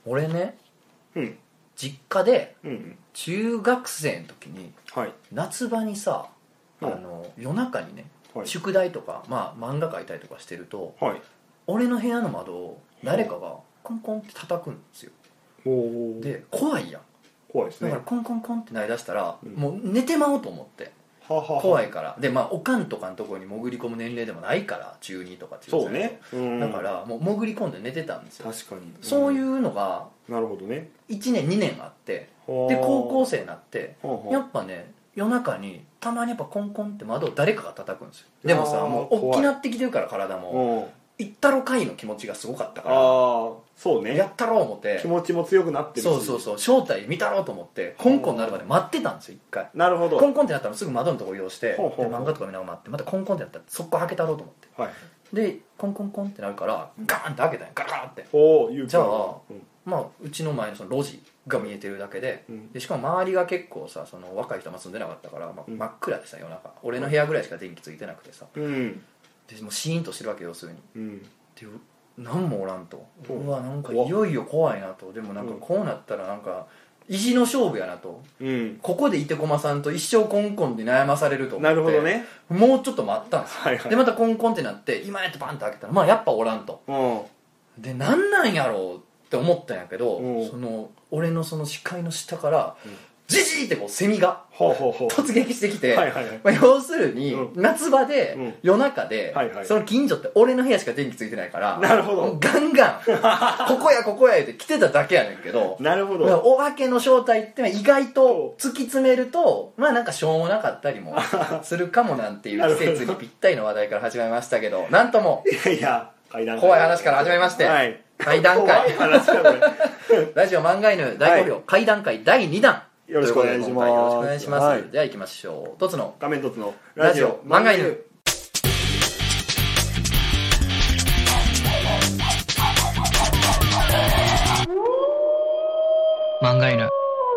俺ねうん実家でうん中学生の時にはい夏場にさ、 うん夜中にね、 はい宿題とか、まあ、漫画描いたりとかしてるとはい俺の部屋の窓を誰かがコンコンって叩くんですよ。 おおで怖いやん。 怖いですねだからコンコンコンって鳴り出したら、 うんもう寝てまおうと思ってははは怖いからでまあおかんとかのところに潜り込む年齢でもないから中2とか中3 そうねうんだからもう潜り込んで寝てたんですよ。 確かにそういうのがなるほどね 1年2年あってはあで高校生になってはあはあやっぱね夜中にたまにやっぱコンコンって窓を誰かが叩くんですよ。でもさあーもう大きなってきてるから体もうん行ったろかいの気持ちがすごかったかああそうねらやったろう思って気持ちも強くなってるしそうそうそう正体見たろうと思ってコンコンになるまで待ってたんですよ一回。 なるほどコンコンってなったらすぐ窓のとこ移動してほうほうほうで漫画とか見ながら待ってまたコンコンってなったら速攻開けたろうと思ってはいでコンコンコンってなるからガーンって開けたんやガラガラっておお勇気じゃあうんまあうちの前のその路地が見えてるだけでうんでしかも周りが結構さその若い人も住んでなかったから、まあうん真っ暗でさ夜中俺の部屋ぐらいしか電気ついてなくてさうんでもうシーンとしてるわけ要するにうんで何もおらんとうんうわなんか怖っいよいよ怖いなとでもなんかこうなったらなんか意地の勝負やなとうんここでいてこまさんと一生コンコンで悩まされると思ってなるほどねもうちょっと待ったんですよはいはいでまたコンコンってなって今やってバンって開けたらまあやっぱおらんとうんでなんなんやろうって思ったんやけどうんその俺のその視界の下からうんジジーってこうセミがほうほうほう突撃してきて、 はいはいはいまあ、要するに、 う夏場で、 うん夜中で、 はいはいその近所って俺の部屋しか電気ついてないからなるほどもうガンガンここやここや言って来てただけやねんけどなるほだからどお化けの正体って意外と突き詰めるとまあなんかしょうもなかったりもするかもなんていう季節にぴったりの話題から始まりましたけどなんともいやいや怪談怖い話から始まりまして、 はい怪談怖い会話だこれラジオ漫画犬大好評、怪談会第2弾よろしくお願いしますということで今回よろしくお願いします、 はいでは行きましょうとつの画面一つのラジオ漫画犬漫画犬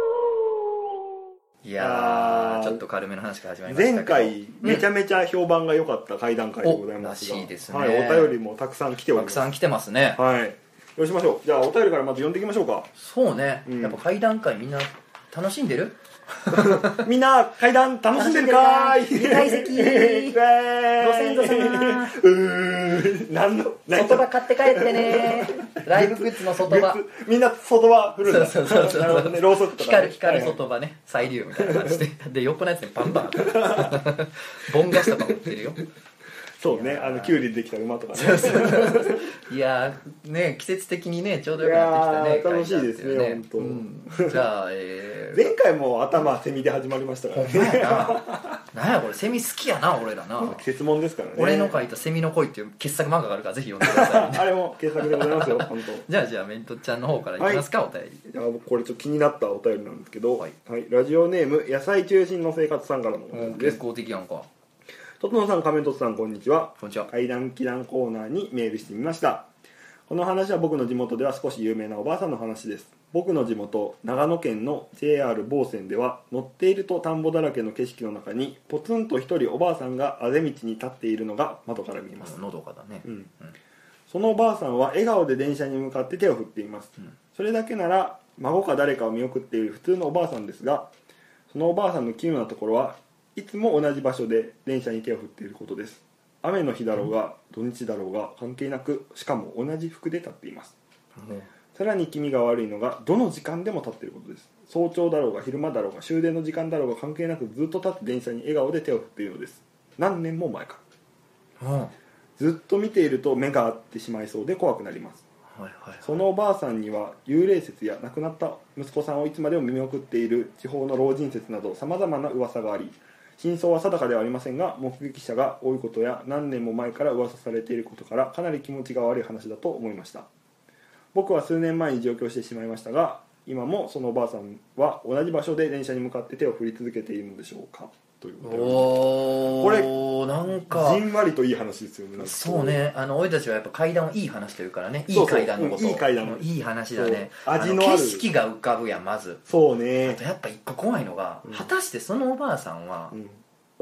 いやーちょっと軽めの話から始まりましたけど前回めちゃめちゃ評判が良かった怪談会でございますがおらしいですねはい、お便りもたくさん来ておりますたくさん来てますねはいよしましょうじゃあお便りからまず読んでいきましょうかそうね、 うんやっぱ怪談会みんな楽しんでるみんな怪談楽しんでるかーい二階席ご先祖様何の外場買って帰ってねライブグッズの外場みんな外場振るんだそうそうそうそうなるほどねろうそくとかね光る外場ねサイリウムみたいな感じでで横のやつにパンパンボンガスとかも売ってるよそうねキュウリでできた馬とかねいやーね季節的にねちょうどよくなってきたねいやー楽しいですね怪談っていううんじゃあ前回も頭セミで始まりましたかほんらねまやななんやこれセミ好きやな俺らな季節もんですからね俺の書いた「セミの恋」っていう傑作漫画があるからぜひ読んでくださいあれも傑作でございますよ本当じゃあメントちゃんの方からいきますか、お便りいや僕これちょっと気になったお便りなんですけど、 はいラジオネーム野菜中心の生活さんからのお便りです健康的やんかとつのさん仮面とつさんこんにちはこんにちは怪談祈談コーナーにメールしてみましたこの話は僕の地元では少し有名なおばあさんの話です僕の地元長野県の JR 房線では乗っていると田んぼだらけの景色の中にポツンと一人おばあさんがあぜ道に立っているのが窓から見えます、 のどかだね、 うんそのおばあさんは笑顔で電車に向かって手を振っています、それだけなら孫か誰かを見送っている普通のおばあさんですがそのおばあさんの奇妙なところはいつも同じ場所で電車に手を振っていることです雨の日だろうが土日だろうが関係なくしかも同じ服で立っていますさらに気味が悪いのがどの時間でも立っていることです早朝だろうが昼間だろうが終電の時間だろうが関係なくずっと立って電車に笑顔で手を振っているのです何年も前からうんずっと見ていると目が合ってしまいそうで怖くなりますはいはいそのおばあさんには幽霊説や亡くなった息子さんをいつまでも見送っている地方の老人説などさまざまな噂があり真相は定かではありませんが目撃者が多いことや何年も前から噂されていることからかなり気持ちが悪い話だと思いました僕は数年前に上京してしまいましたが今もそのおばあさんは同じ場所で電車に向かって手を振り続けているのでしょうかということでおこれーなんかじんわりといい話ですよねなんかそうね俺たちはやっぱ怪談をいい話というからねいいそうそう怪談のこといい怪談いい話だねそう味のある景色が浮かぶやんまずそうあねとやっぱ一個怖いのが、 うん果たしてそのおばあさんはうん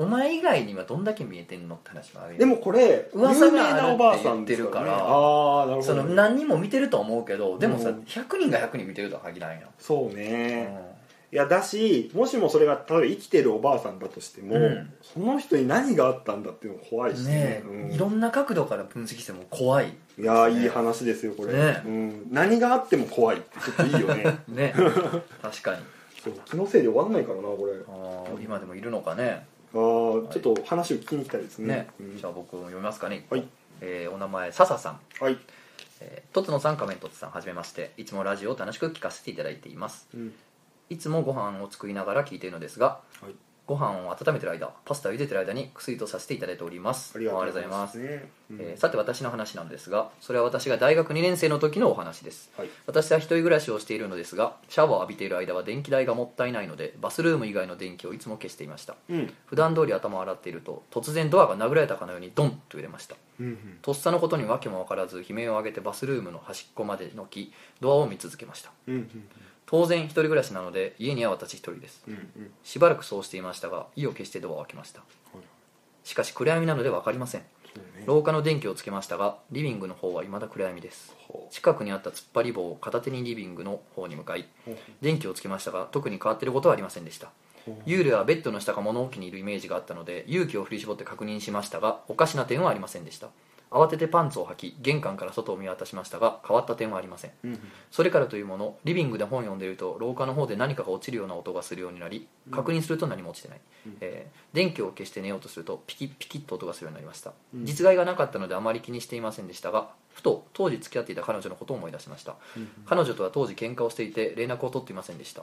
お前以外にはどんだけ見えてんのって話もあるよ。 でもこれ噂有名があるなおばあって言ってさんですか、ね、 るからああなるほど、ね、 何人も見てるとは思うけど、でもさ、 うん 100人が100人見てるとは限らんやん。 そうね、いやだし、もしもそれが例えば生きてるおばあさんだとしても、その人に何があったんだっていうのが怖いしね、 いろんな角度から分析しても怖い。 いやいい話ですよこれ、何があっても怖いってちょっといいよねね確かに。 そう気のせいで終わんないからなこれ。 今でもいるのかね。 ちょっと話を聞きに行きたいですね。 じゃあ僕読みますかね。 はい。 お名前笹さん。 はい。 とつのさん、仮面とつさん、はじめまして。いつもラジオを楽しく聞かせていただいています。いつもご飯を作りながら聞いているのですが、ご飯を温めてる間、パスタを茹でてる間に薬とさせていただいております。 ありがとうございます。 さて私の話なんですが、それは私が大学2年生の時のお話です。私は一人暮らしをしているのですが、シャワーを浴びている間は電気代がもったいないので、バスルーム以外の電気をいつも消していました。普段通り頭を洗っていると、突然ドアが殴られたかのようにドンと揺れました。とっさのことに訳も分からず悲鳴を上げてバスルームの端っこまでのき、ドアを見続けました。当然一人暮らしなので家には私一人です。しばらくそうしていましたが、意を決してドアを開けました。しかし暗闇なので分かりません。廊下の電気をつけましたが、リビングの方は未だ暗闇です。近くにあった突っ張り棒を片手にリビングの方に向かい、電気をつけましたが特に変わっていることはありませんでした。幽霊はベッドの下か物置にいるイメージがあったので、勇気を振り絞って確認しましたが、おかしな点はありませんでした。慌ててパンツを履き玄関から外を見渡しましたが、変わった点はありません。それからというもの、リビングで本を読んでいると廊下の方で何かが落ちるような音がするようになり、確認すると何も落ちてない。電気を消して寝ようとするとピキッピキッと音がするようになりました。実害がなかったのであまり気にしていませんでしたが、ふと当時付き合っていた彼女のことを思い出しました。彼女とは当時喧嘩をしていて連絡を取っていませんでした。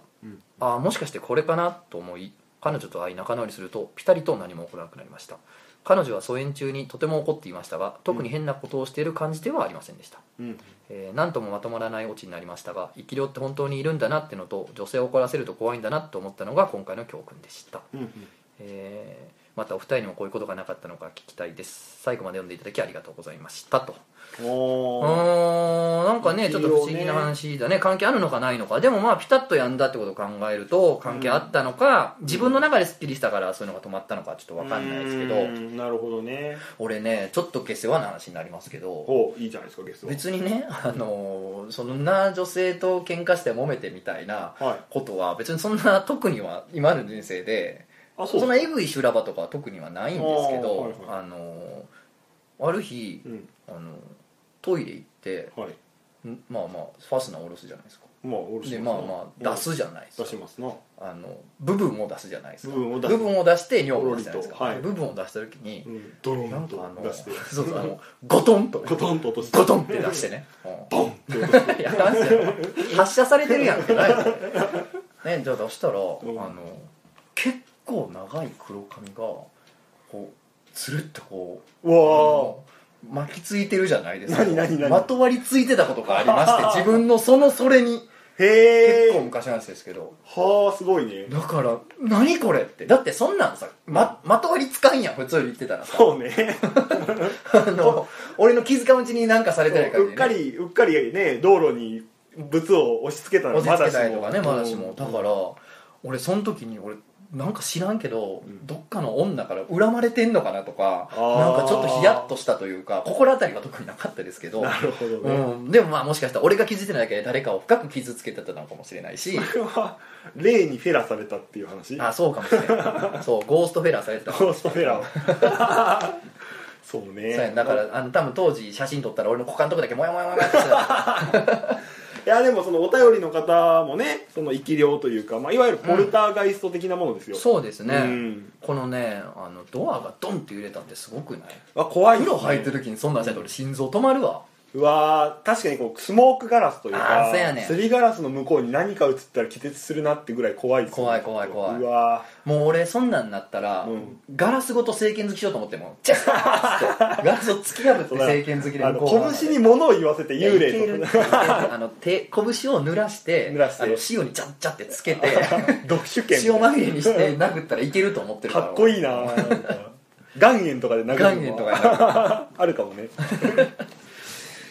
もしかしてこれかなと思い、彼女と会い仲直りするとピタリと何も起こらなくなりました。彼女は疎遠中にとても怒っていましたが、特に変なことをしている感じではありませんでした。何ともまとまらないオチになりましたが、生き量って本当にいるんだなってのと、女性を怒らせると怖いんだなと思ったのが今回の教訓でした。またお二人にもこういうことがなかったのか聞きたいです。最後まで読んでいただきありがとうございましたと。なんかねちょっと不思議な話だね。関係あるのかないのか。でもまあピタッとやんだってことを考えると関係あったのか、自分の中ですっきりしたからそういうのが止まったのかちょっと分かんないですけど。 なるほどね。 俺ねちょっと下世話な話になりますけど、 いいじゃないですか下世話。別にねそんな女性と喧嘩して揉めてみたいなことは別にそんな特には今の人生でそんなエグい修羅場とかは特にはないんですけど、ある日、トイレ行って、まあまあファスナー下ろすじゃないですか。でまあまあ出すじゃないですか。 出しますな。 部分を出すじゃないですか。部分を出して尿を出すじゃないですか。部分を出した時にドロンと出して、 ゴトンとゴトンと落として、 ゴトンって出してね、ボンって落として、いやなんすよ発射されてるやんってないですよね。じゃあ出したら結構長い黒髪がこうつるっとこう巻きついてるじゃないですか。まとわりついてたことがありまして自分のそれに。結構昔の話ですけど。 はあすごいね。 だから何これって、だってそんなんさまとわりつかんやん普通に言ってたらさ。 そうね俺の気づかんうちになんかされてない感じで、 うっかりね道路に物を押し付けたらまだしも、 まだしもだから俺その時になんか知らんけど、どっかの女から恨まれてんのかなとか、なんかちょっとヒヤッとしたというか、心当たりは特になかったですけど。 なるほどね。 でもまあもしかしたら俺が気づいてないだけで誰かを深く傷つけてたのかもしれないし。 それは霊にフェラされたっていう話。 そうかもしれないそうゴーストフェラされてた。 ゴーストフェラそうね。 そうやだから多分当時写真撮ったら俺の股間のとこだけモヤモヤモヤってしてたいやでもそのお便りの方もね、その生き量というか、いわゆるポルターガイスト的なものですよ。 そうですね、このねドアがドンって揺れたってすごくない？ 怖い。 風呂入ってる時にそんなんしたら俺心臓止まるわ。 うわー確かにこうスモークガラスというか、 そうやねん、 すりガラスの向こうに何か映ったら気絶するなってぐらい怖いですよね。 怖い。 うわもう俺そんなんなったら、ガラスごと正拳突きしようと思ってもチャーッってガラスを突き破って正拳突きで向こう拳に物を言わせて幽霊と拳を濡らして塩にチャッチャってつけて読手剣塩まみれにして殴ったらいけると思ってるから。 かっこいいな岩塩とかで殴るのも岩塩とかあるかもね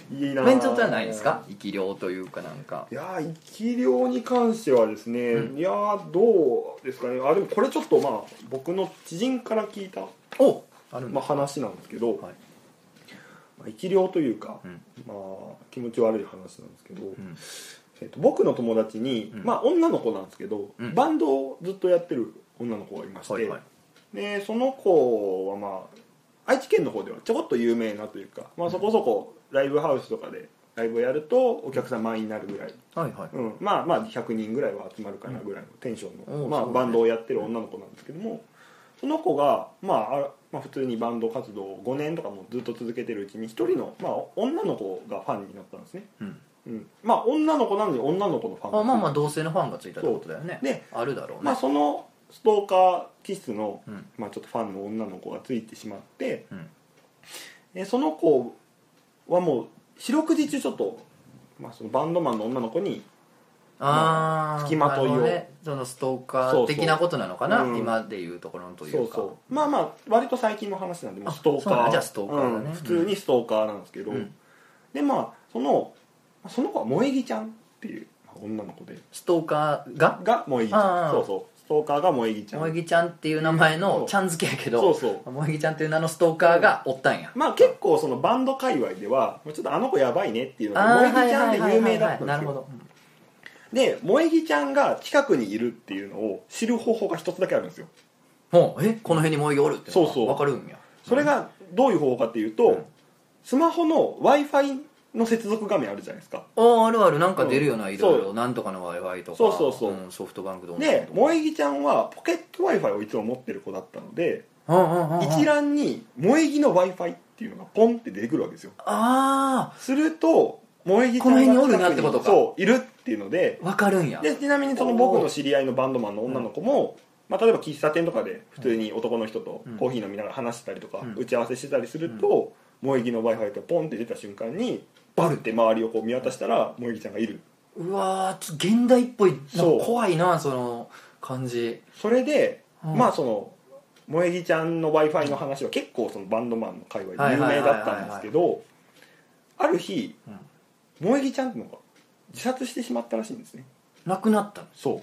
いいな。 メンツはないんですか？生き量というかなんか。 いや生き量に関してはですね、いやどうですかね。でもこれちょっとまあ僕の知人から聞いた話なんですけど、まあ、生き量というか、まあ、気持ち悪い話なんですけど、僕の友達に、まあ女の子なんですけど、バンドをずっとやってる女の子がいまして、でその子はまあ愛知県の方ではちょこっと有名なというか、まあ、そこそこライブハウスとかでライブをやるとお客さん満員になるぐらい、まあまあ100人ぐらいは集まるかなぐらいのテンションの、まあ、バンドをやってる女の子なんですけども、その子が、まあ普通にバンド活動を5年とかもずっと続けてるうちに一人の、まあ、女の子がファンになったんですね、まあ女の子なのに女の子のファンがまあまあ同性のファンがついたってことだよね。であるだろうね。 まあそのストーカー気質の、まあ、ちょっとファンの女の子がついてしまって、その子はもう四六時中ちょっと、まあ、そのバンドマンの女の子に付きまといを、 そのストーカー的なことなのかな、今でいうところのというか。 まあまあ割と最近の話なんで、もうストーカー、 じゃあストーカーだね、 普通にストーカーなんですけど、でまあその子は萌木ちゃんっていう女の子で、 ストーカーが萌木ちゃん、ストーカーが萌木ちゃん、 萌木ちゃんっていう名前のちゃん付けやけど、萌木ちゃんっていう名のストーカーがおったんや。 まあ結構そのバンド界隈ではちょっとあの子やばいねっていうのが萌木ちゃんで有名だったんですよ。で萌木ちゃんが近くにいるっていうのを知る方法が一つだけあるんですよ。 この辺に萌木おるってのが分かるんや。 それがどういう方法かっていうと、スマホの Wi-Fi の接続画面あるじゃないですか。 あるある、なんか出るよな、いろいろなんとかの Wi-Fi とか、ソフトバンクどうで萌木ちゃんはポケット Wi-Fi をいつも持ってる子だったので、一覧に萌木の Wi-Fi っていうのがポンって出てくるわけですよ。すると萌木ちゃんが近くにいるっていうので分かるんや。でちなみにその僕の知り合いのバンドマンの女の子も、まあ、例えば喫茶店とかで普通に男の人とコーヒー飲みながら話したりとか、打ち合わせしてたりすると、萌木の Wi-Fi がポンって出た瞬間にバルって周りをこう見渡したら萌木ちゃんがいる。 うわー、ちょっと現代っぽい、怖いな、その感じ。 それで、まあその萌木ちゃんの Wi-Fi の話は結構そのバンドマンの界隈で有名だったんですけど、ある日、萌木ちゃんっていうのが自殺してしまったらしいんですね。 亡くなったの？ そう、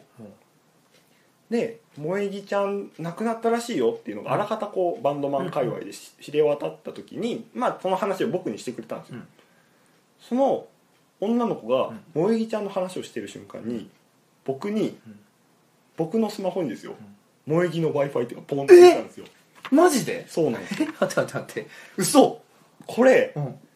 で萌木ちゃん亡くなったらしいよっていうのがあらかたこうバンドマン界隈で知れ渡った時に、まあその話を僕にしてくれたんですよ。その女の子が萌木ちゃんの話をしてる瞬間に僕のスマホにですよ、萌木の Wi-Fi っていうのがポンって出たんですよ。 マジで？ そうなんですよ。 待って嘘。 これ、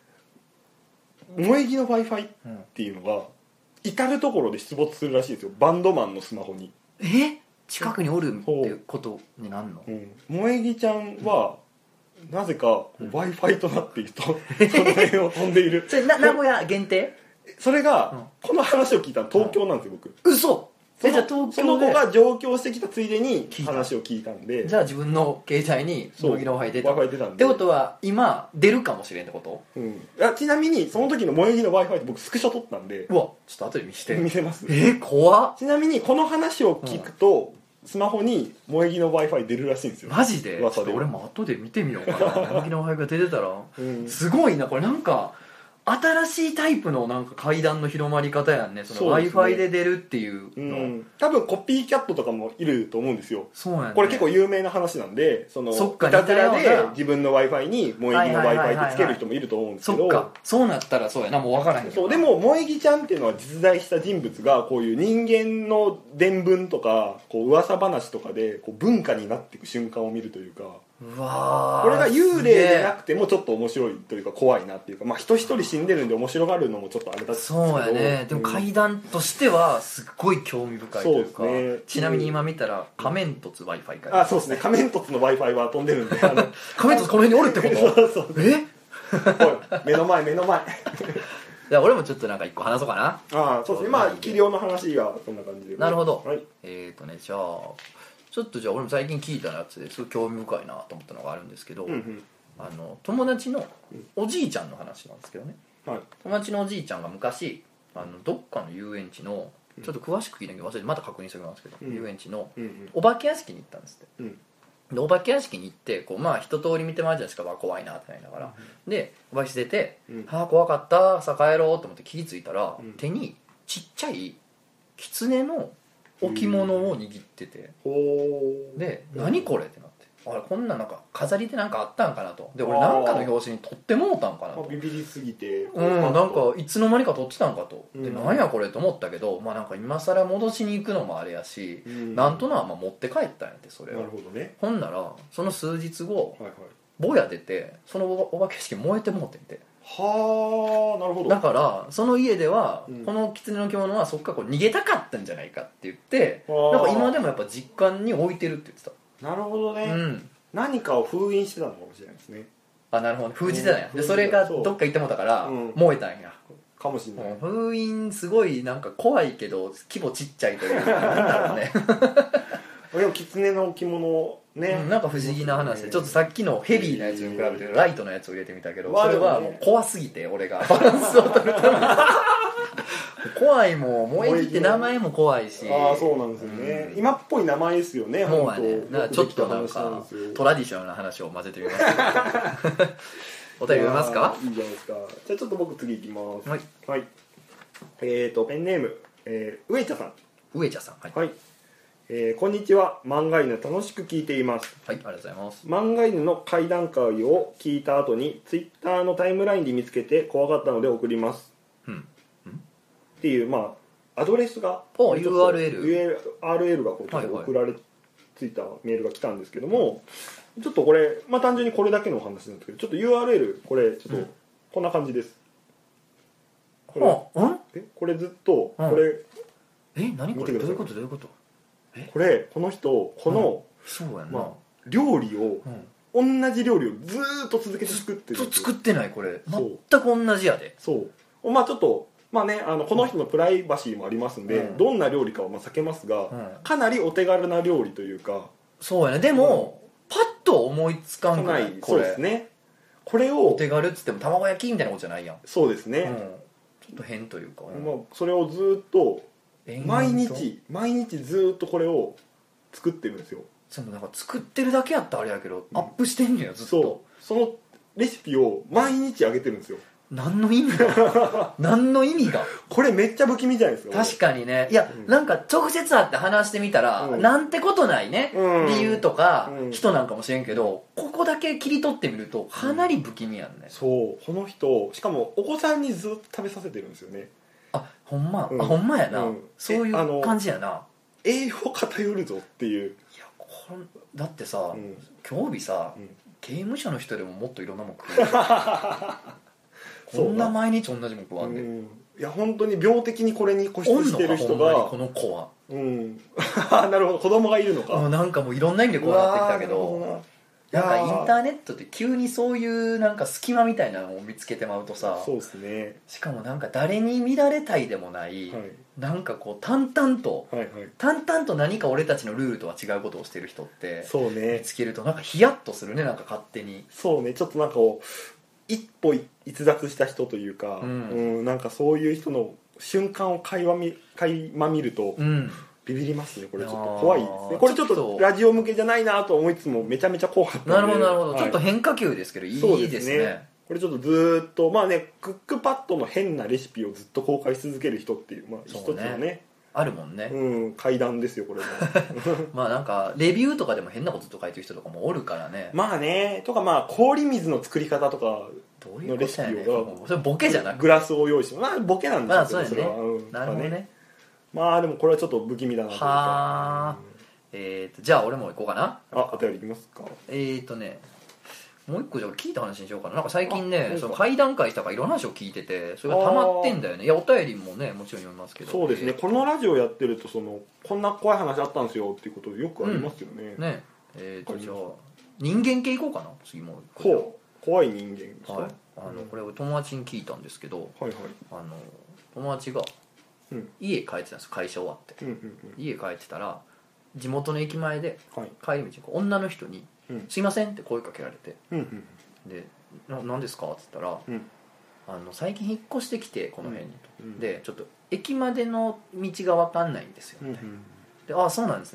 萌木の Wi-Fi っていうのが至る所で出没するらしいですよ、バンドマンのスマホに。 近くにおるっていうことになるの？ 萌木ちゃんはなぜか Wi-Fi となっていると、その辺を飛んでいる。 それ名古屋限定？ それが、この話を聞いたの東京なんですよ、僕。 嘘。 じゃあ東京でその子が上京してきたついでに話を聞いたんで、 じゃあ自分の携帯に萌木の Wi-Fi 出たんで、ってことは今出るかもしれんってこと？ ちなみにその時の萌木の Wi-Fi って僕スクショ撮ったんで、 うわ、ちょっと後で見せます。 怖っ。 ちなみにこの話を聞くと、スマホに萌木の Wi-Fi 出るらしいんですよ。 マジで？ちょっと俺も後で見てみようかな。萌木の Wi-Fi が出てたら、すごいなこれ。なんか新しいタイプのなんか階段の広まり方やんね。その Wi-Fi で出るっていうの。 多分コピーキャットとかもいると思うんですよ。 そうやね。 これ結構有名な話なんで、そのいたずらで自分の Wi-Fi に萌木の Wi-Fi ってつける人もいると思うんですけど、 そっか、そうなったらそうやな、もう分からへんけど。 そうでも萌木ちゃんっていうのは実在した人物がこういう人間の伝聞とかこう噂話とかでこう文化になっていく瞬間を見るというか、 うわ、 これが幽霊でなくてもちょっと面白いというか怖いなっていうか、まあ人一人死んでるんで面白がるのもちょっとあれだったんですけど、 そうやね。でも怪談としてはすっごい興味深いというか、ちなみに今見たら仮面凸 Wi-Fi か、 そうですね、仮面凸の Wi-Fi は飛んでるんで、 仮面凸この辺におるってこと？ そうおい、 目の前じゃあ俺もちょっとなんか一個話そうかな。 そうですね、まあ気量の話はそんな感じで。 なるほど。じゃあちょっとじゃあ俺も最近聞いたやつですごい興味深いなと思ったのがあるんですけど、友達のおじいちゃんの話なんですけどね、友達のおじいちゃんが昔どっかの遊園地の、ちょっと詳しく聞いたけど忘れてまた確認しておきますけど、遊園地のお化け屋敷に行ったんですって。 でお化け屋敷に行ってこう、まあ一通り見て回るじゃないですか、わ怖いなってなりながら、でお化け出てうんああ怖かった、さあ帰ろうと思って気づいたら、 うん手にちっちゃい狐の置物を握ってて、 ほーでうん何これってなって、あれこんなんなんか飾りでなんかあったんかなと、で俺なんかの表紙に取ってもうたんかなと、 ビビりすぎてなんかいつの間にか取ってたんかと、でうんなんやこれと思ったけど、まあなんか今更戻しに行くのもあれやし、 うんなんとなくまあ持って帰ったんやってそれを。 なるほどね。 ほんならその数日後はいはい。 ぼや出てそのお化け屋敷燃えてもうてんて、 はあ、なるほど。 だからその家では、 うんこの狐の着物はそっからこう逃げたかったんじゃないかって言って、 あーなんか今でもやっぱ実家に置いてるって言ってなるほどね、 た。うん何かを封印してたのかもしれないですね。 あ、なるほどね、封じてたんや、 うんでそれがそうどっか行ってもうたからうん燃えたんや、 かもしれない。 封印すごいなんか怖いけど規模ちっちゃいというかなんだろうねでも狐の着物ね、 うんなんか不思議な話で、ちょっとさっきのヘビーなやつに比べてライトなやつを入れてみたけど、 まあそれはでもねもう怖すぎて俺がバランスを取るために怖いもん、萌え木って名前も怖いし、 ああそうなんですよね、今っぽい名前ですよね。 もうはね、 本当だからちょっとなんよくできた話かですよトラディショナルな話を混ぜてみましたけどお便り読みますか。 いいじゃないですか。じゃあちょっと僕次いきます。 はい、 はい、ペンネーム、上茶さん。 上茶さん、はい、 はい、こんにちは。漫画犬楽しく聞いています。 はい、ありがとうございます。 漫画犬の怪談会を聞いた後にツイッターのタイムラインで見つけて怖かったので送りますうんっていう、まあアドレスがおちょっと URL がこうちょっとはいはい送られついたメールが来たんですけども、ちょっとこれ、まあ、単純にこれだけのお話なんですけど、ちょっと URL これちょっとこんな感じです。こうんれずっとうんこれ、 何こ見てくださいれどういうことどういうこと。 この人この、 そうやな、 まあ、料理をうん同じ料理をずーっと続けて作ってるんですよ。 作ってないこれそう全く同じやで。 そうまあちょっとまあね、この人のプライバシーもありますんで、 うんどんな料理かはまあ避けますが、 うんかなりお手軽な料理というか、 そうやね、でも、パッと思いつかんくかなないこれ。 りそうですね。これおを手軽っつっても卵焼きみたいなことじゃないやん、 そうですね、 うん、ちょっと変というか、 まあ、それをずーっと延々と毎日ずーっとこれを作ってるんですよ。 そのなんか作ってるだけやったらあれやけど、アップしてんねやずっと。 そうそのレシピを毎日あげてるんですよ。 何の意味が何の意味が。 これめっちゃ不気味じゃないですか。 確かにね、いや、なんか直接会って話してみたら、 うんなんてことないね、 うん理由とか、 うん人なんかもしれんけど、ここだけ切り取ってみるとかなり不気味やんね、 そうこの人しかもお子さんにずっと食べさせてるんですよね。 あほんま、 うんあほんまやな、 うんそういう感じやな。 栄養偏るぞっていう、 いやだってさ、 うん今日さ、 うん刑務所の人でももっといろんなもん食うこんな毎日同じもん食わんで、 うんいや本当に病的にこれに固執おんのしてる人かほんまにがこの子は。 うんなるほど、子供がいるのか。 なんかもういろんな意味でこうなってきたけうど、 わーなるほなんかいやーインターネットって急にそういうなんか隙間みたいなのを見つけてまうとさ、 そうですね、 しかもなんか誰に見られたいでもない、 はい、 なんかこう淡々とはい何か俺たちのルールとは違うことをしてる人ってそうね見つけるとなんかヒヤッとするね、なんか勝手に。 そうね、ちょっとなんかこう一歩逸脱した人というか、 うんなんかそういう人の瞬間を垣間見るとうんビビりますね。これちょっいやーと怖いですね。これちょっちょっととラジオ向けじゃないなと思いつつもめちゃめちゃ怖かったんで。 なるほどなるほど、 はいちょっと変化球ですけどいそういですね。 これちょっとずーっとまあね、クックパッドの変なレシピをずっと公開し続ける人っていう、まあ、一つそうねのね、 あるもんね、 階段ですよこれもまあなんかレビューとかでも変なことずっと書いてる人とかもおるからね。 まあね、とかまあ氷水の作り方とかどういうことやねん、 のレシピをもうそれボケじゃなくて、 グラスを用意して、まあボケなんでまあすけど、 そうやね、 れはなるほどね。 まあでもこれはちょっと不気味だなというか。 はあ、じゃあ俺も行こうかな。 あ、お便りいきますか。 もう一個じゃあ聞いた話にしようかな。なんか最近ね、 あその会談会したからいろんな話を聞いてて、それが溜まってんだよね。いやお便りもねもちろん読みますけど。 そうですね、このラジオやってるとこんな怖い話あったんですよっていうことよくありますよね。 ねじゃあ人間系いこうかな次もう一個。 ほう、怖い人間ですか。 はい、これを友達に聞いたんですけど、 はいはい。 友達がうん家帰ってたんですよ、会社終わって。 うんうん家帰ってたら地元の駅前でうん。はい。 帰り道に女の人にうん 「すいません」って声かけられて、 うんうんで「何ですか?」っつったら、 うん最近引っ越してきてこの辺にと、 うんでちょっと駅までの道が分かんないんですよ、 うんうんで「ああそうなんですね」みたいな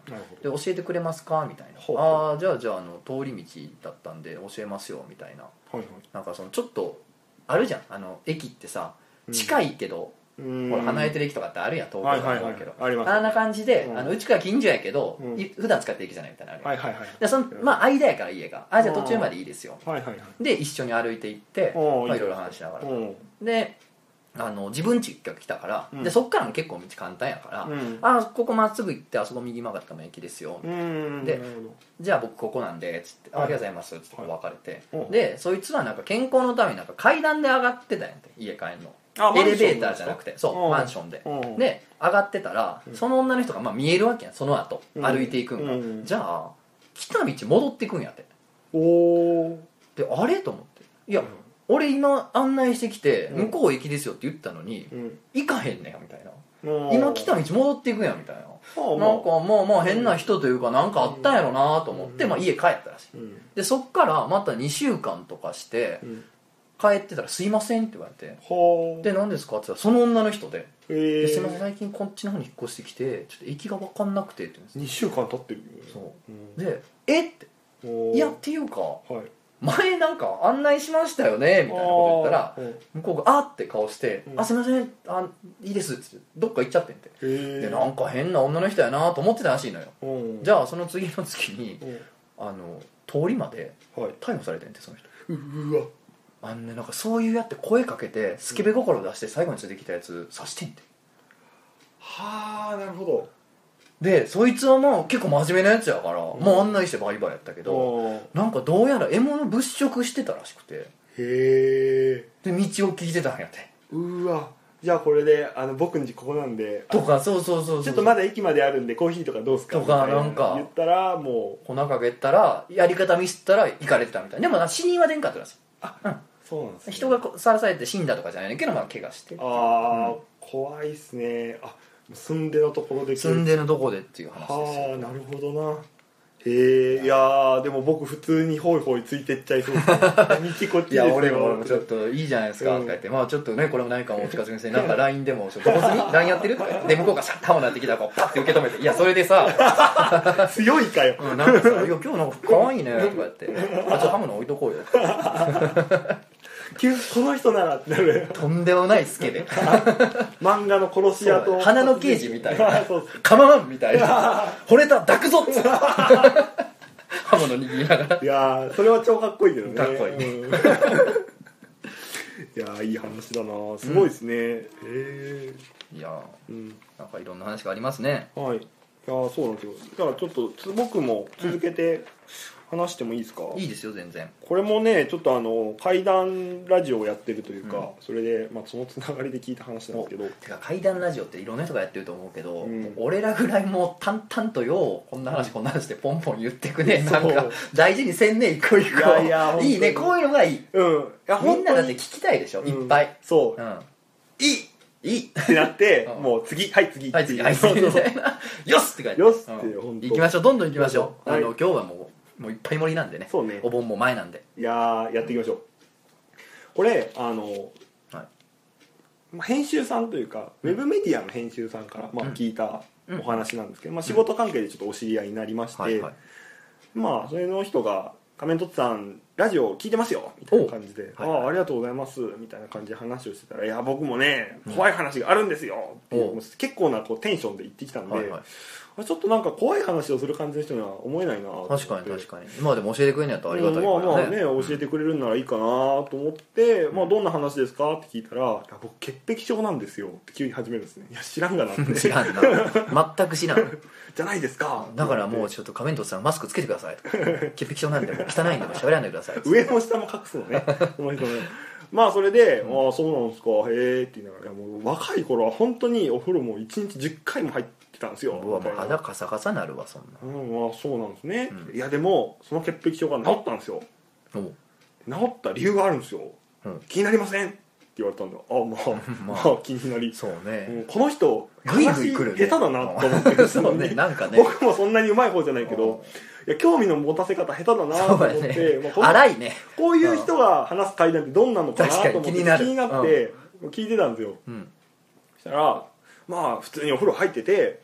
なるほど。 で教えてくれますかみたいな、 ほうほうああじゃあ通り道だったんで教えますよみたいな、 はいはい。 なんかそのちょっとあるじゃん、駅ってさ近いけど、ほら離れてる駅とかってあるやん、東京とかもあるけど、 ありますねあんな感じで、 うんうちから近所やけど、 うん普段使ってる駅じゃないみたいなのあるやん、 はいはいはい。 でそのまあ間やから家がじゃあ途中までいいですよ、 はいはいはい。 で一緒に歩いて行って、 おーまあ、いろいろ話しながら、 うんで自分家が来たから、 うんでそっからも結構道簡単やから、 うんここまっすぐ行ってあそこ右曲がったの駅ですよ、でうんなるほど。 じゃあ僕ここなんでつって、 はいありがとうございますつってこう別れて、 はいでそいつはなんか健康のためになんか階段で上がってたんやって家帰んの、 あエレベーターじゃなくてそううんマンションで、 うんで上がってたら、その女の人がまあ見えるわけやん、その後、 うん歩いていくんが、 うんじゃあ来た道戻ってくんやって、 おお。 であれと思って、いや、俺今案内してきて向こう駅ですよって言ったのに、 うん。 行かへんねんみたいな、 うん今来た道戻っていくやんみたいな、 あなんかまあ変な人というかなんかあったんやろなと思って、まあ、家帰ったらしい、 うんでそっからまた2週間とかしてうん。 帰ってたら「すいません」って言われてはあ。 で何ですかって言ったらその女の人で「ですいませんん。 最近こっちの方に引っ越してきてちょっと駅が分かんなくて」って言うんですよ 2週間経ってるよ。 そううん。 で「えっ?」て「 おーいやっていうかはい。 前なんか案内しましたよね」みたいなこと言ったらあー向こうが「あっ」て顔して「 うんあすいませんいいです」って言ってどっか行っちゃってんてへえ。 でなんか変な女の人やなと思ってたらしいのよ。じゃゃあその次の月に通りまではい。 逮捕されてんてその人うわ。 なんかそういうやって声かけてスケベ心出して最後に連れてきたやつ刺してんて、 はあ、なるほど。 でそいつはもう結構真面目なやつやから、もう案内してバイバイやったけど、 おーなんかどうやら獲物物色してたらしくて、 へえ。 で道を聞いてたんやてうわ。じゃあこれで僕ん家ここなんでとか、そうそうそうそう、 ちょっとまだ駅まであるんでコーヒーとかどうすかとかみたいなんか言ったらもう粉かけたらやり方ミスったら行かれてたみたいな。でも死人は出んかったらしい。 そうなんですね。 人がさらされて死んだとかじゃないけど、まあ怪我してああ、怖いっすね。住んでのところで住んでるとこでっていう話ですよ。 はあ、なるほどな。へえ。いやーでも僕普通にホイホイついてっちゃいそうですね。道こっちですよ。 俺もちょっといいじゃないですかとか言って、まあちょっとねこれも何かもお近づきにしてなんか LINE でも「どこ住み ?LINE やってる?」とか言ってで向こうがシャッターになってきたらこうパッて受け止めて「いやそれでさ強いかよ。 なんかさいや今日なんか可愛いね」とか言って「ちょっとハムの置いとこうよ」 この人ならってなる。 とんでもないスケベ漫画の殺し屋と花の刑事みたいなそうっすかまわんみたいな惚れた抱くぞっつって刃物握りながらいやーそれは超かっこいいけどね。 かっこいいうんいやーいい話だな。すごいですね。へえ。 いやうん。 なんかいろんな話がありますね。 はい。いやーそうなんですよ。だからちょっと僕も続けて話してもいいですか。 いいですよ全然。 これもねちょっと怪談ラジオをやってるというか、それで、そのつながりで聞いた話なんですけど、 てか怪談ラジオっていろんな人がやってると思うけど、 うん俺らぐらいもう淡々とようこんな話こんな話でポンポン言ってくね、なんかそう大事にせんね一個一個。 いやいや本当にいいねこういうのがいい。 うん。いやみんなだって本聞きたいでしょ、 当にいっぱい。 そうう、 ん。 いいいい。 ってなって、 うんもう次はい次はい次はい次みたいな。よしって書いて。 よしってうん本当行きましょうどんどん行きましょう。 はい今日はもういっぱい盛りなんでね。 そうねお盆も前なんで。 いやーやっていきましょう。これ編集さんというか、ウェブメディアの編集さんから、聞いたお話なんですけど、仕事関係でちょっとお知り合いになりまして、 はいはい。 それの人が「仮面とっさんラジオ聞いてますよ」みたいな感じで「 おはいはいありがとうございます」みたいな感じで話をしてたら「いや僕もね怖い話があるんですよ」っていう、 お結構なテンションで言ってきたんで、 はいはい。 ちょっとなんか怖い話をする感じの人には思えないなと思って。 確かに確かに。今でも教えてくれるんやったらありがたいからね。 教えてくれるんならいいかなと思って「どんな話ですか?」って聞いたら「いや僕潔癖症なんですよ」って急に始めるんですね。いや知らんがなって知らんな。全く知らん。 じゃないですか。 だからもうちょっと仮面とさんマスクつけてください。潔癖症なんでもう汚いんでも喋らないでください。 上も下も隠すのねその人ね。それで「ああそうなんですかへえ」って言いながら、もう若い頃は本当にお風呂も1日10回も入ってたんですよ。 うわもうみたいな肌カサカサなるわそんな。 そうなんですね、 うんいやでもその潔癖症が治ったんですよ。 おう治った理由があるんですよ、 うん気になりませんって言われたんでま気になり、 そうね。 この人グイグイ来るね下手だなと思ってそうねなんかね。 僕もそんなにうまい方じゃないけど、いや興味の持たせ方下手だなと思って、 そうやね。 この荒いね。 こういう人が話す怪談ってどんなのかなと思って確かに気になるって聞いてたんですよ。 うん。 そしたら普通にお風呂入ってて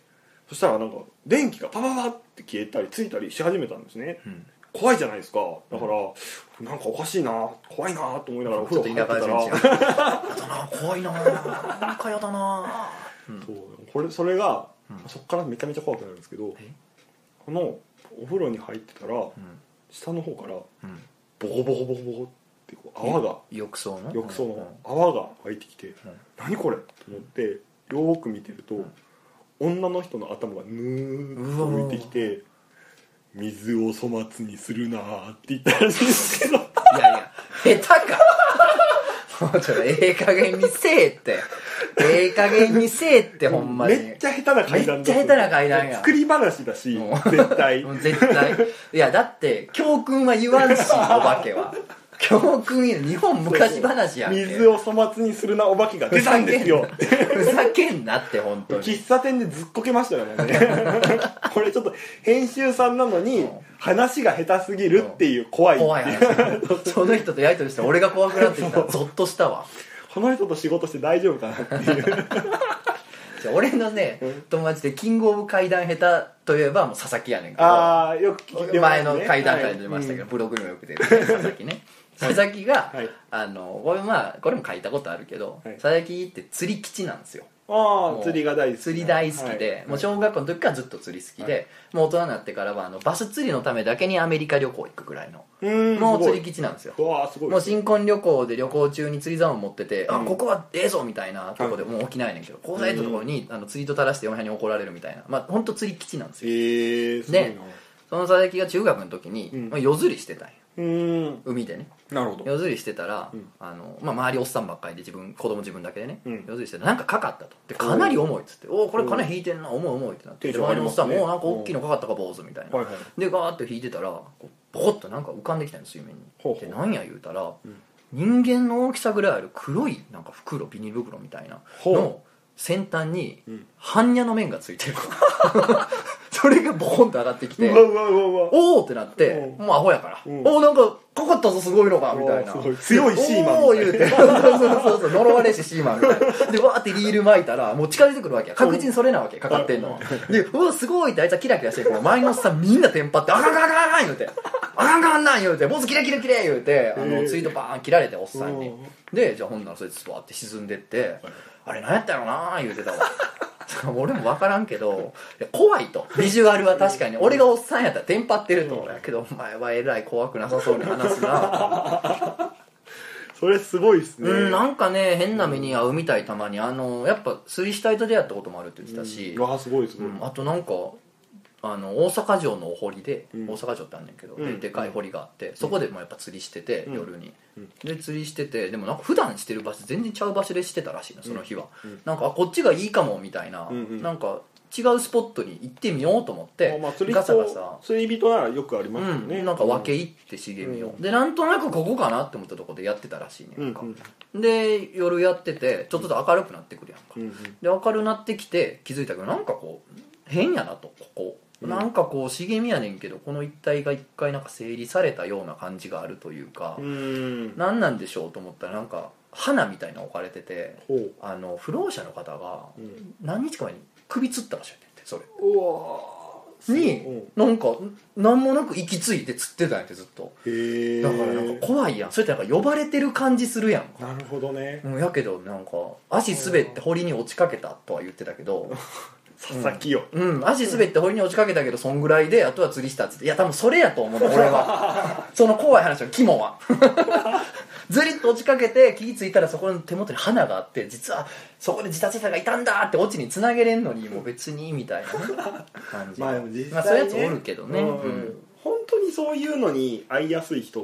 そしたらなんか電気がパパパって消えたりついたりし始めたんですね、 うん、 怖いじゃないですか。だからなんかおかしいな、怖いなと思いながらお風呂入ってたらやだな、怖いな、なんかやだな、 そうそれが、そっからめちゃめちゃ怖くなるんですけど、このお風呂に入ってたら、下の方からボコボコボコボコってこう泡が、 浴槽の泡が入ってきて、何これと思ってよーく見てると、女の人の頭がぬーっと浮いてきて、水を粗末にするなーって言ったらしいんですけど、 いやいや下手かもうちょっとええ加減にせえって、ええ加減にせえってほんまにめっちゃ下手な階段だ、 めっちゃ下手な階段や、 作り話だし絶対絶対いやだって教訓は言わんし、お化けは教訓日本昔話やんけ、 水を粗末にするなお化けが出たんですよふざけんなって本当に喫茶店でずっこけましたよねこれちょっと編集さんなのに話が下手すぎるっていう怖い話その人とやり取りしたら俺が怖くなってきた、ゾッとしたわ、 この人と仕事して大丈夫かなっていう俺のね友達でキングオブ怪談下手といえばもう佐々木やねんけど、 ああよく聞いてますね、 前の怪談会で出ましたけど、ブログにもよく出る佐々木ね佐々木が、これも書いたことあるけど、佐々木って釣り基地なんですよ。 釣りが大好き、 釣り大好きで、もう小学校の時からずっと釣り好きで、もう大人になってからはバス釣りのためだけにアメリカ旅行行くぐらいのもう釣り基地なんですよ。 すごい、 もう新婚旅行で旅行中に釣り竿持ってて、ここはええぞみたいなとこでもう沖縄やねんけど、交際のところに釣りと垂らして嫁はんに怒られるみたいな、本当釣り基地なんですよ。 すごいな。 でその佐々木が中学の時に、夜釣りしてたんよ、海でね。 なるほど。 夜釣りしてたら、周りおっさんばっかりで子供自分だけでね、夜釣りしてたらなんかかかったと。でかなり重いっつって、これ金引いてんな、重い重いってなって、周りのおっさんもなんか大きいのかかったか坊主みたいな、でガーッと引いてたらボコッとなんか浮かんできたんです水面に。で何や言うたら、人間の大きさぐらいある黒いなんか袋、ビニール袋みたいなの先端に般若の面がついてるそれがボコンと上がってきて、おーってなって、もうアホやから、おーなんかかかったぞすごいのがみたいな、 強いシーマンおー言うてそう呪われしシーマンみたいなでわーってリール巻いたらもう近づいてくるわけや、確実にそれなわけ、かかってんのは。でうわすごいってあいつはキラキラしてるから周りのおっさんみんなテンパって、あかんかんかんかん言うて、あかんかんなん言うて、坊主キラキラキラ言うて、ツイートバーン切られておっさんに。でじゃあほんならそいつバーって沈んでって、あれ何やったやろな言うてたわ俺も分からんけど怖いと、ビジュアルは確かに俺がおっさんやったらテンパってると、やけどお前はえらい怖くなさそうに話すなそれすごいっすね。 なんかね変な目に遭うみたい、たまにやっぱ釣りしたいと出会ったこともあるって言ってたし、 すごいすごい。 あとなんか大阪城のお堀で、大阪城ってあんねんけど、でかい堀があって、そこでもやっぱ釣りしてて、夜に、で釣りしてて、でもなんか普段してる場所全然ちゃう場所でしてたらしいのその日は、なんかこっちがいいかもみたいな、なんか違うスポットに行ってみようと思って、ガサガサ釣り人ならよくありますよね、 なんか分け入って茂みを、でなんとなくここかなって思ったところでやってたらしいねんか、で夜やっててちょっと明るくなってくるやんか、で明るくなってきて気づいたけど、なんかこう変やなと、ここなんかこう茂みやねんけど、この一帯が一回なんか整理されたような感じがあるというか、何なんでしょうと思ったら、なんか花みたいなの置かれてて、不老者の方が何日か前に首つったらしいねんて、それになんか何もなく息ついて釣ってたんやってずっと。だからなんか怖いやん、それってなんか呼ばれてる感じするやんか。 なるほどね。 やけどなんか足滑って堀に落ちかけたとは言ってたけど佐々木よ、 足滑って堀に落ちかけたけどそんぐらいで、あとは釣りしたっつって、いや多分それやと思うの俺はその怖い話の肝はずりっと落ちかけて気ぃ付いたらそこの手元に花があって、実はそこで自殺者がいたんだってオチにつなげれんのに、もう別にみたいな、ね、感じ。そういうやつおるけどね、 本当にそういうのに合いやすい人って、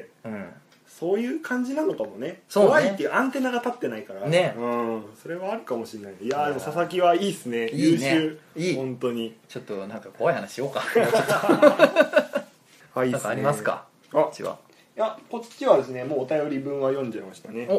そういう感じなのかもね。怖いっていうアンテナが立ってないからね、それはあるかもしれない。いやでも佐々木はいいっすね、優秀、本当に。 ちょっとなんか怖い話しようかはい、 なんかありますか、こっちは。 いやこっちはですね、もうお便り分は読んじゃいましたね。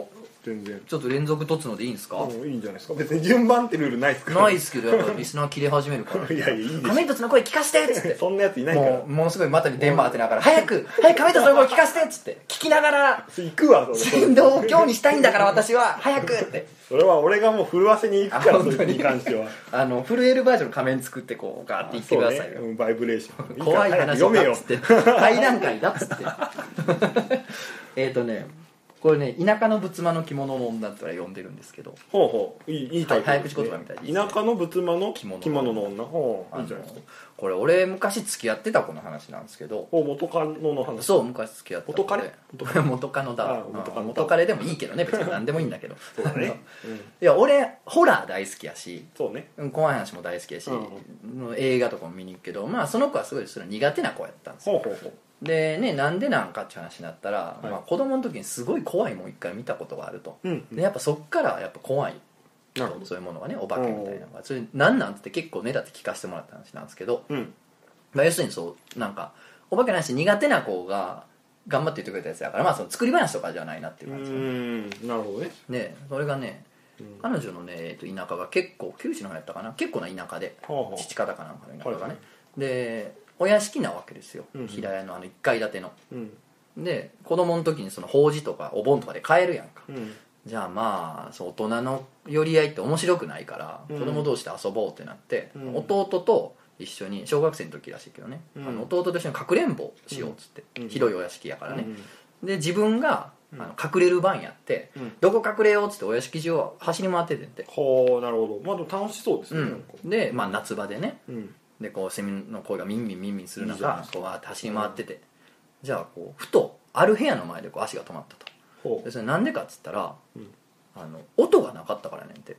全然ちょっと連続突のでいいんですか？ いいんじゃないですか。別に順番ってルールないですから。 ないっすけど、やっぱリスナー切れ始めるからいやいや、いいでしょ。 亀突の声聞かせてっつってそんなやついないから。 もうすごい股に電話当てながら早く亀突の声聞かせてっつって聞きながら行くわ、それ。 振動を強にしたいんだから私は早くってそれは俺がもう震わせに行くから、それに関しては。 震えるバージョンの仮面作ってこうガーって言ってくださいよ、 そうね、バイブレーション。 怖い話読めよだっつって階段階だっつってこれね、田舎の仏間の着物の女って呼んでるんですけど、 ほうほう、いいタイプ、 早口言葉みたいでいいですね。 田舎の仏間の着物の女。ほう、いいじゃないですか。 これ俺昔付き合ってた子の話なんですけど、 元カノの話。 そう、昔付き合ってた子で元カノだ。元カレでもいいけどね、別に何でもいいんだけどそうだね、 いや俺ホラー大好きやし、 そうね、 怖い話も大好きやし、映画とかも見に行くけど、まあその子はすごいそれ苦手な子やったんですよ。 ほうほうほう。 でね、なんでなんかって話になったら、まあ、子供の時にすごい怖いもん一回見たことがあると、でやっぱそっからやっぱ怖い、そういうものがね、お化けみたいなのが、それ何なんって結構ねだって聞かせてもらった話なんですけど、まあ、要するにそうなんかお化けの話苦手な子が頑張って言ってくれたやつだから、まあその作り話とかじゃないなっていう感じですよね。 なるほどね。 でそれがね、彼女のね、田舎が結構九州の方やったかな、結構な田舎で、父方かなんかの田舎がね、でお屋敷なわけですよ、平屋の1階建ての、で子供の時にその法事とかお盆とかで買えるやんか、じゃあまあそう大人の寄り合いって面白くないから、子供同士で遊ぼうってなって、弟と一緒に小学生の時らしいけどね、弟と一緒にかくれんぼしようっつって、広いお屋敷やからね、で自分が隠れる番やって、どこ隠れようっつってお屋敷中を走り回っててんて。 ほう、なるほど。まあでも楽しそうですね、 で、まあ、夏場でね、でこうセミの声がミンミンミンミンする中こうわーって走り回ってて、じゃあこうふとある部屋の前でこう足が止まったと。でそれなんでかっつったら、音がなかったからねんて。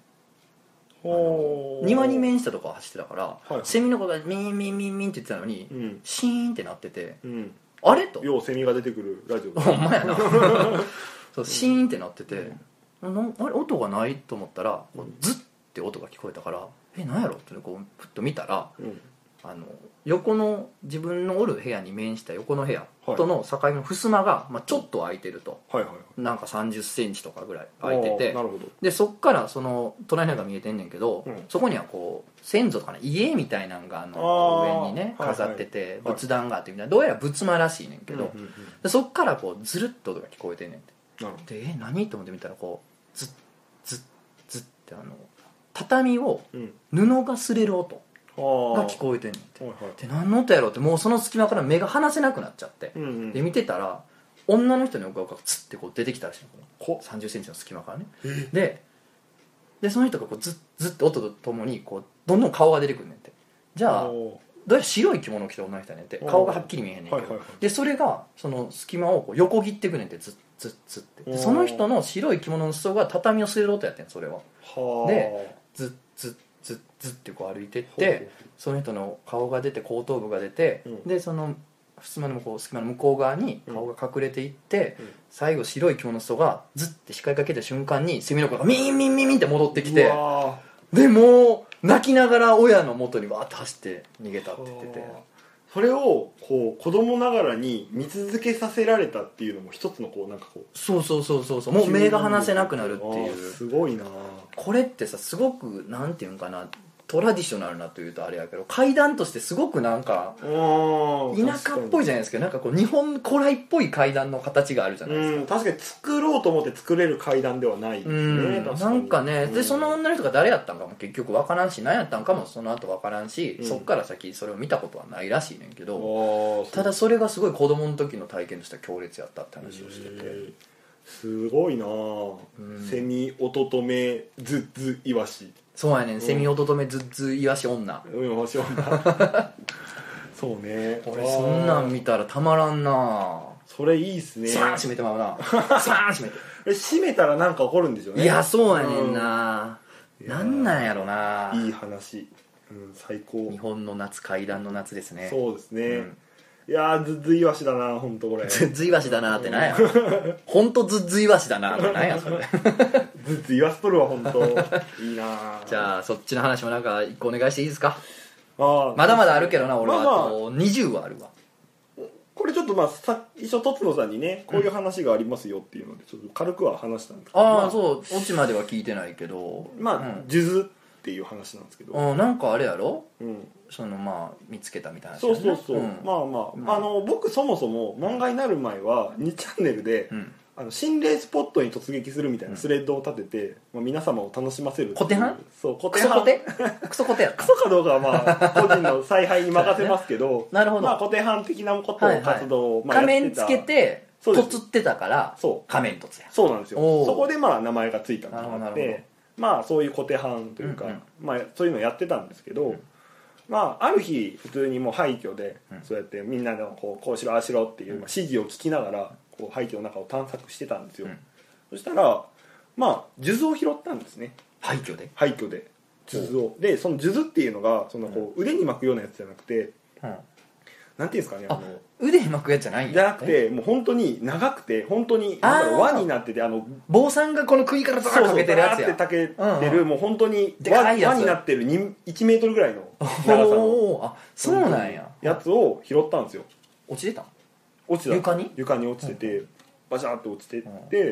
庭に面したとこ走ってたから、セミの声がミンミンミンミンって言ってたのに、シーンってなってて、あれとようセミが出てくるラジオほんまやなそうシーンってなってて、あれ音がないと思ったら、ズッって音が聞こえたから、何やろってこうふっと見たら、横の自分のおる部屋に面した横の部屋との境の襖が、まあ、ちょっと開いてると、なんか30センチとかぐらい開いてて、でそっからその隣の部屋が見えてんねんけど、そこにはこう先祖とかの家みたいなんが上にね飾ってて、仏壇があってみたいな、どうやら仏間らしいねんけど、でそっからこうずるっと音が聞こえてんねんて。で何と思ってみたら、こうズッズッズッって畳を布が擦れる音が聞こえてんねんて。で何の音やろうって、もうその隙間から目が離せなくなっちゃって、で見てたら女の人の横がツッてこう出てきたらしいの、30センチの隙間からね。でその人がこうズッズッって音とともにこうどんどん顔が出てくるねんて。じゃあどうやら白い着物を着た女の人やねんて。顔がはっきり見えへんねんけど、でそれがその隙間をこう横切ってくねんて、ズッズッズッって。でその人の白い着物の裾が畳を擦れる音やってん、それは。でズッズッズッズッってこう歩いてって、その人の顔が出て後頭部が出て、でその襖のこう隙間の向こう側に顔が隠れていって、最後白い着物の裾がズッて光りかけた瞬間にセミの声がミンミンミンミンって戻ってきて、でもう泣きながら親の元にわーって走って逃げたって言ってて、 それをこう子供ながらに見続けさせられたっていうのも一つのこうなんかこう、 そうもう目が離せなくなるっていう。 すごいな。 これってさ、すごくなんていうんかな、トラディショナルなというとあれやけど、階段としてすごくなんか田舎っぽいじゃないですか。なんかこう日本古来っぽい階段の形があるじゃないですか。 確かに作ろうと思って作れる階段ではないですね。 なんかね、でその女の人が誰やったんかも結局分からんし、何やったんかもその後分からんし、そっから先それを見たことはないらしいねんけど、ただそれがすごい子供の時の体験としては強烈やったって話をしてて、 すごいな。セミ乙女ズッズイワシ。 そうやねん、セミ乙女ズッズイワシ女。 そうね。 俺そんなん見たらたまらんな。 それいいっすね。 スパーン閉めてまうな。スパーン閉めて。 閉めたらなんか起こるんでしょうね。 いやそうやねんな。なんなんやろな。 いい話。最高。 日本の夏、怪談の夏ですね。 そうですね。いやー、ずっずいわしだな、本当これ。 ずっずいわしだなってなんや。本当ずっずいわしだなってなんやそれ。 ずっずいわしとるわ、本当。いいな。 じゃあそっちの話もなんか一個お願いしていいですか。 まだまだあるけどな、俺はあと20はあるわ。 これちょっとまあ一応とつのさんにねこういう話がありますよっていうのでちょっと軽くは話したんですけど、 ああ、そうオチまでは聞いてないけど、 まあ数珠っていう話なんですけど、 なんかあれやろ、 うんそのまあ見つけたみたいな話そうそうそう、 ん、 まあまあ、僕そもそも漫画になる前は2チャンネルで、心霊スポットに突撃するみたいなスレッドを立てて、まあ、皆様を楽しませるコテハン？ そうコクソコテクソコテやクソかどうかはまあ個人の采配に任せますけどなるほど、 まあコテハン的なことを活動を、まあ、 仮面つけて凸ってたから仮面凸や。 そうなんですよ。そこでまあ名前がついたのがあってまあそういうコテハンというか、まあ、そういうのをやってたんですけど、まあ、ある日普通にもう廃墟でそうやってみんなのこうしろああしろっていう指示を聞きながらこう廃墟の中を探索してたんですよ、そしたらまあ数珠を拾ったんですね。廃墟で数珠を。でその数珠っていうのがそのこう腕に巻くようなやつじゃなくて、なんていうんですかね、 腕に巻くやつじゃないんや。 じゃなくてもう本当に長くて本当に輪になってて坊さんがこの首からザーッかけてるやつや。 そうそう、かけてる、もう本当に輪になってる1メートルぐらいの長さのあ、そうなんや。 やつを拾ったんですよ。 落ちてた？ 落ちてた。床に落ちてて、バシャーって落ちてって、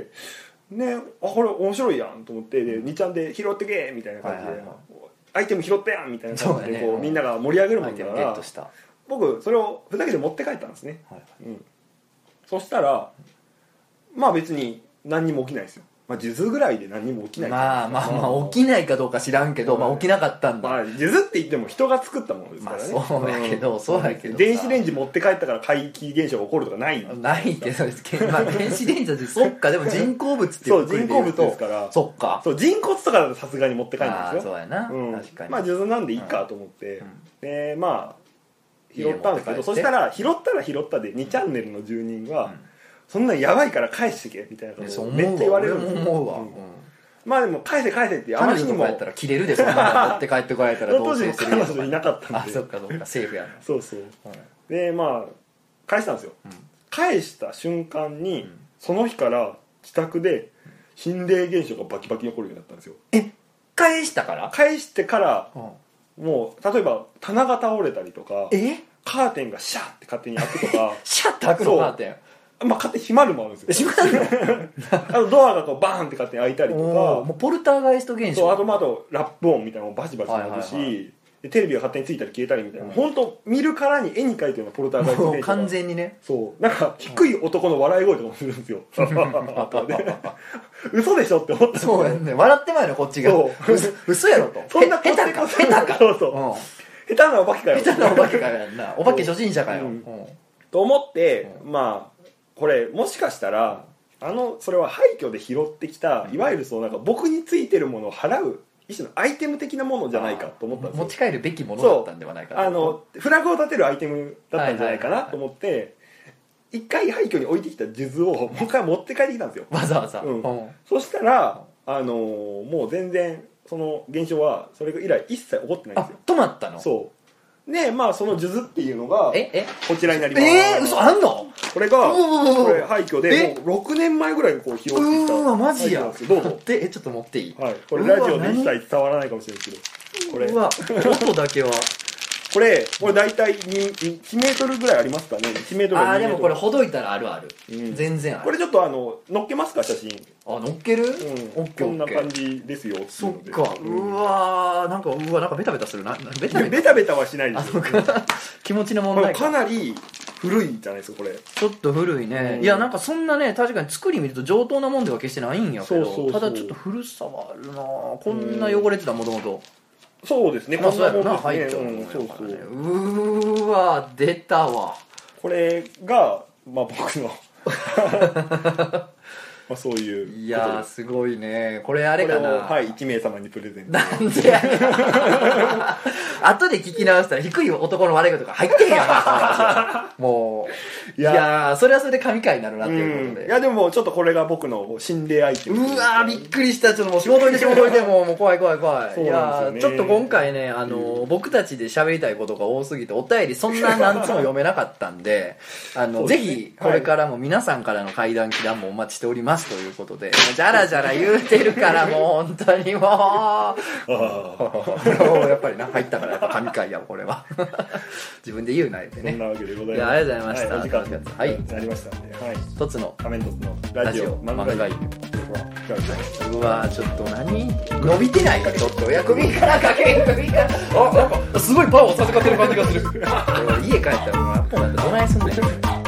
ね、これ面白いやんと思ってで2ちゃんで拾ってけみたいな感じで、アイテム拾ったやんみたいな感じでこうみんなが盛り上げるもんだから僕それをふざけて持って帰ったんですね、そしたらまあ別に何にも起きないですよ。まあ数珠ぐらいで何にも起きない。 まあ起きないかどうか知らんけど、まあ起きなかったんだ。 まあ数珠って言っても人が作ったものですからね。 そうやけど、そうやけど電子レンジ持って帰ったから怪奇現象が起こるとかないけど、まあ電子レンジってそっか、でも人工物っていうそう人工物ですから、 そっか、 そう人骨とかだとさすがに持って帰るんですよ。 そうやな、確かに。 まあ数珠なんでいいかと思って、でまあ拾ったんですけど、そしたら拾ったで2チャンネルの住人がそんなんやばいから返してけみたいなことをめっちゃ言われるんですよ。 思うわ。 まあでも返せってあまりにもやったら切れるで、そんな持って帰ってこられたらどうする。 彼女いなかったんで。 あ、そっかそっか、セーフやな。 そうでまあ返したんですよ。返した瞬間にその日から自宅で心霊現象がバキバキ起こるようになったんですよ。 返したから？ 返してからもう例えば棚が倒れたりとかカーテンがシャーって勝手に開くとかシャッて開くのカーテン、 まあ勝手に閉まるもあるんですよ。 閉まるのドアがこうバーンって勝手に開いたりとか、 もうポルターガイスト現象。 あとラップ音みたいなのもバチバチなるし、でテレビが勝手についたり消えたりみたいな、本当見るからに絵に描いてるようなポルターガイスト現象。 完全にね。 そうなんか低い男の笑い声とかもするんですよ。嘘でしょって思った。 そうやね、笑ってまいのこっちが。嘘やろと。 そんな下手か。 下手なお化けかよ。 下手なお化けかよな。お化け初心者かよ。 と思ってまあこれもしかしたらそれは廃墟で拾ってきたいわゆるそのなんか僕についてるものを払う一種のアイテム的なものじゃないかと思ったんですよ。 持ち帰るべきものだったんではないかと。 フラグを立てるアイテムだったんじゃないかなと思って一回廃墟に置いてきた数珠をもう一回持って帰ってきたんですよ、 わざわざ。 そしたらもう全然その現象はそれ以来一切起こってないんですよ。 止まったの？ そうでまあその数珠っていうのがこちらになります。 嘘あんの？ これが廃墟でもう6年前ぐらいにこう拾ってきた。 うわマジや。 どうぞ。 ちょっと持っていい？ はい。これラジオで一切伝わらないかもしれないですけど、これうわ音だけはこれ大体1メートルぐらいありますかね。1メートル。 ああでもこれほどいたらあるある。全然ある。 これちょっと載っけますか写真。 載っける？ こんな感じですよ。 そっか。うわなんかベタベタするな。 ベタベタはしないですよ。 気持ちの問題かなり古いじゃないですかこれ。 ちょっと古いね。いやなんかそんなね確かに作り見ると上等なもんでは決してないんやけど、ただちょっと古さはあるな。こんな汚れてたもともと。 そうですね。 まあそうやろな、入っちゃうのそうそう。うわ出たわ。 これがまあ僕のまあそういう。 いやーすごいね。これあれかな。 はい1名様にプレゼント。 なんでやねん。後で聞き直したら低い男の悪いことが入ってへんやん。もういやーそれはそれで神回になるなっていうことで。 いやでもちょっとこれが僕の心霊アイテム。 うわーびっくりした。ちょっともう仕事にもう怖い。いやちょっと今回ね僕たちで喋りたいことが多すぎてお便りそんな何つも読めなかったんでぜひこれからも皆さんからの怪談祈談もお待ちしておりますということで、じゃらじゃら言うてるからもう本当にもうやっぱりな入ったからやっぱ神回やこれは自分で言うな言うてね。 そんなわけでございます。 いやありがとうございました。 楽しかった。はい。 なりましたんで、はい。 一つの仮面凸のラジオ漫画犬。 うわちょっと何伸びてないかちょっと。いや、首からかけ首から。あ、なんかすごいパワーを授かってる感じがする。家帰ったらもうアッポなんてどないすんねん。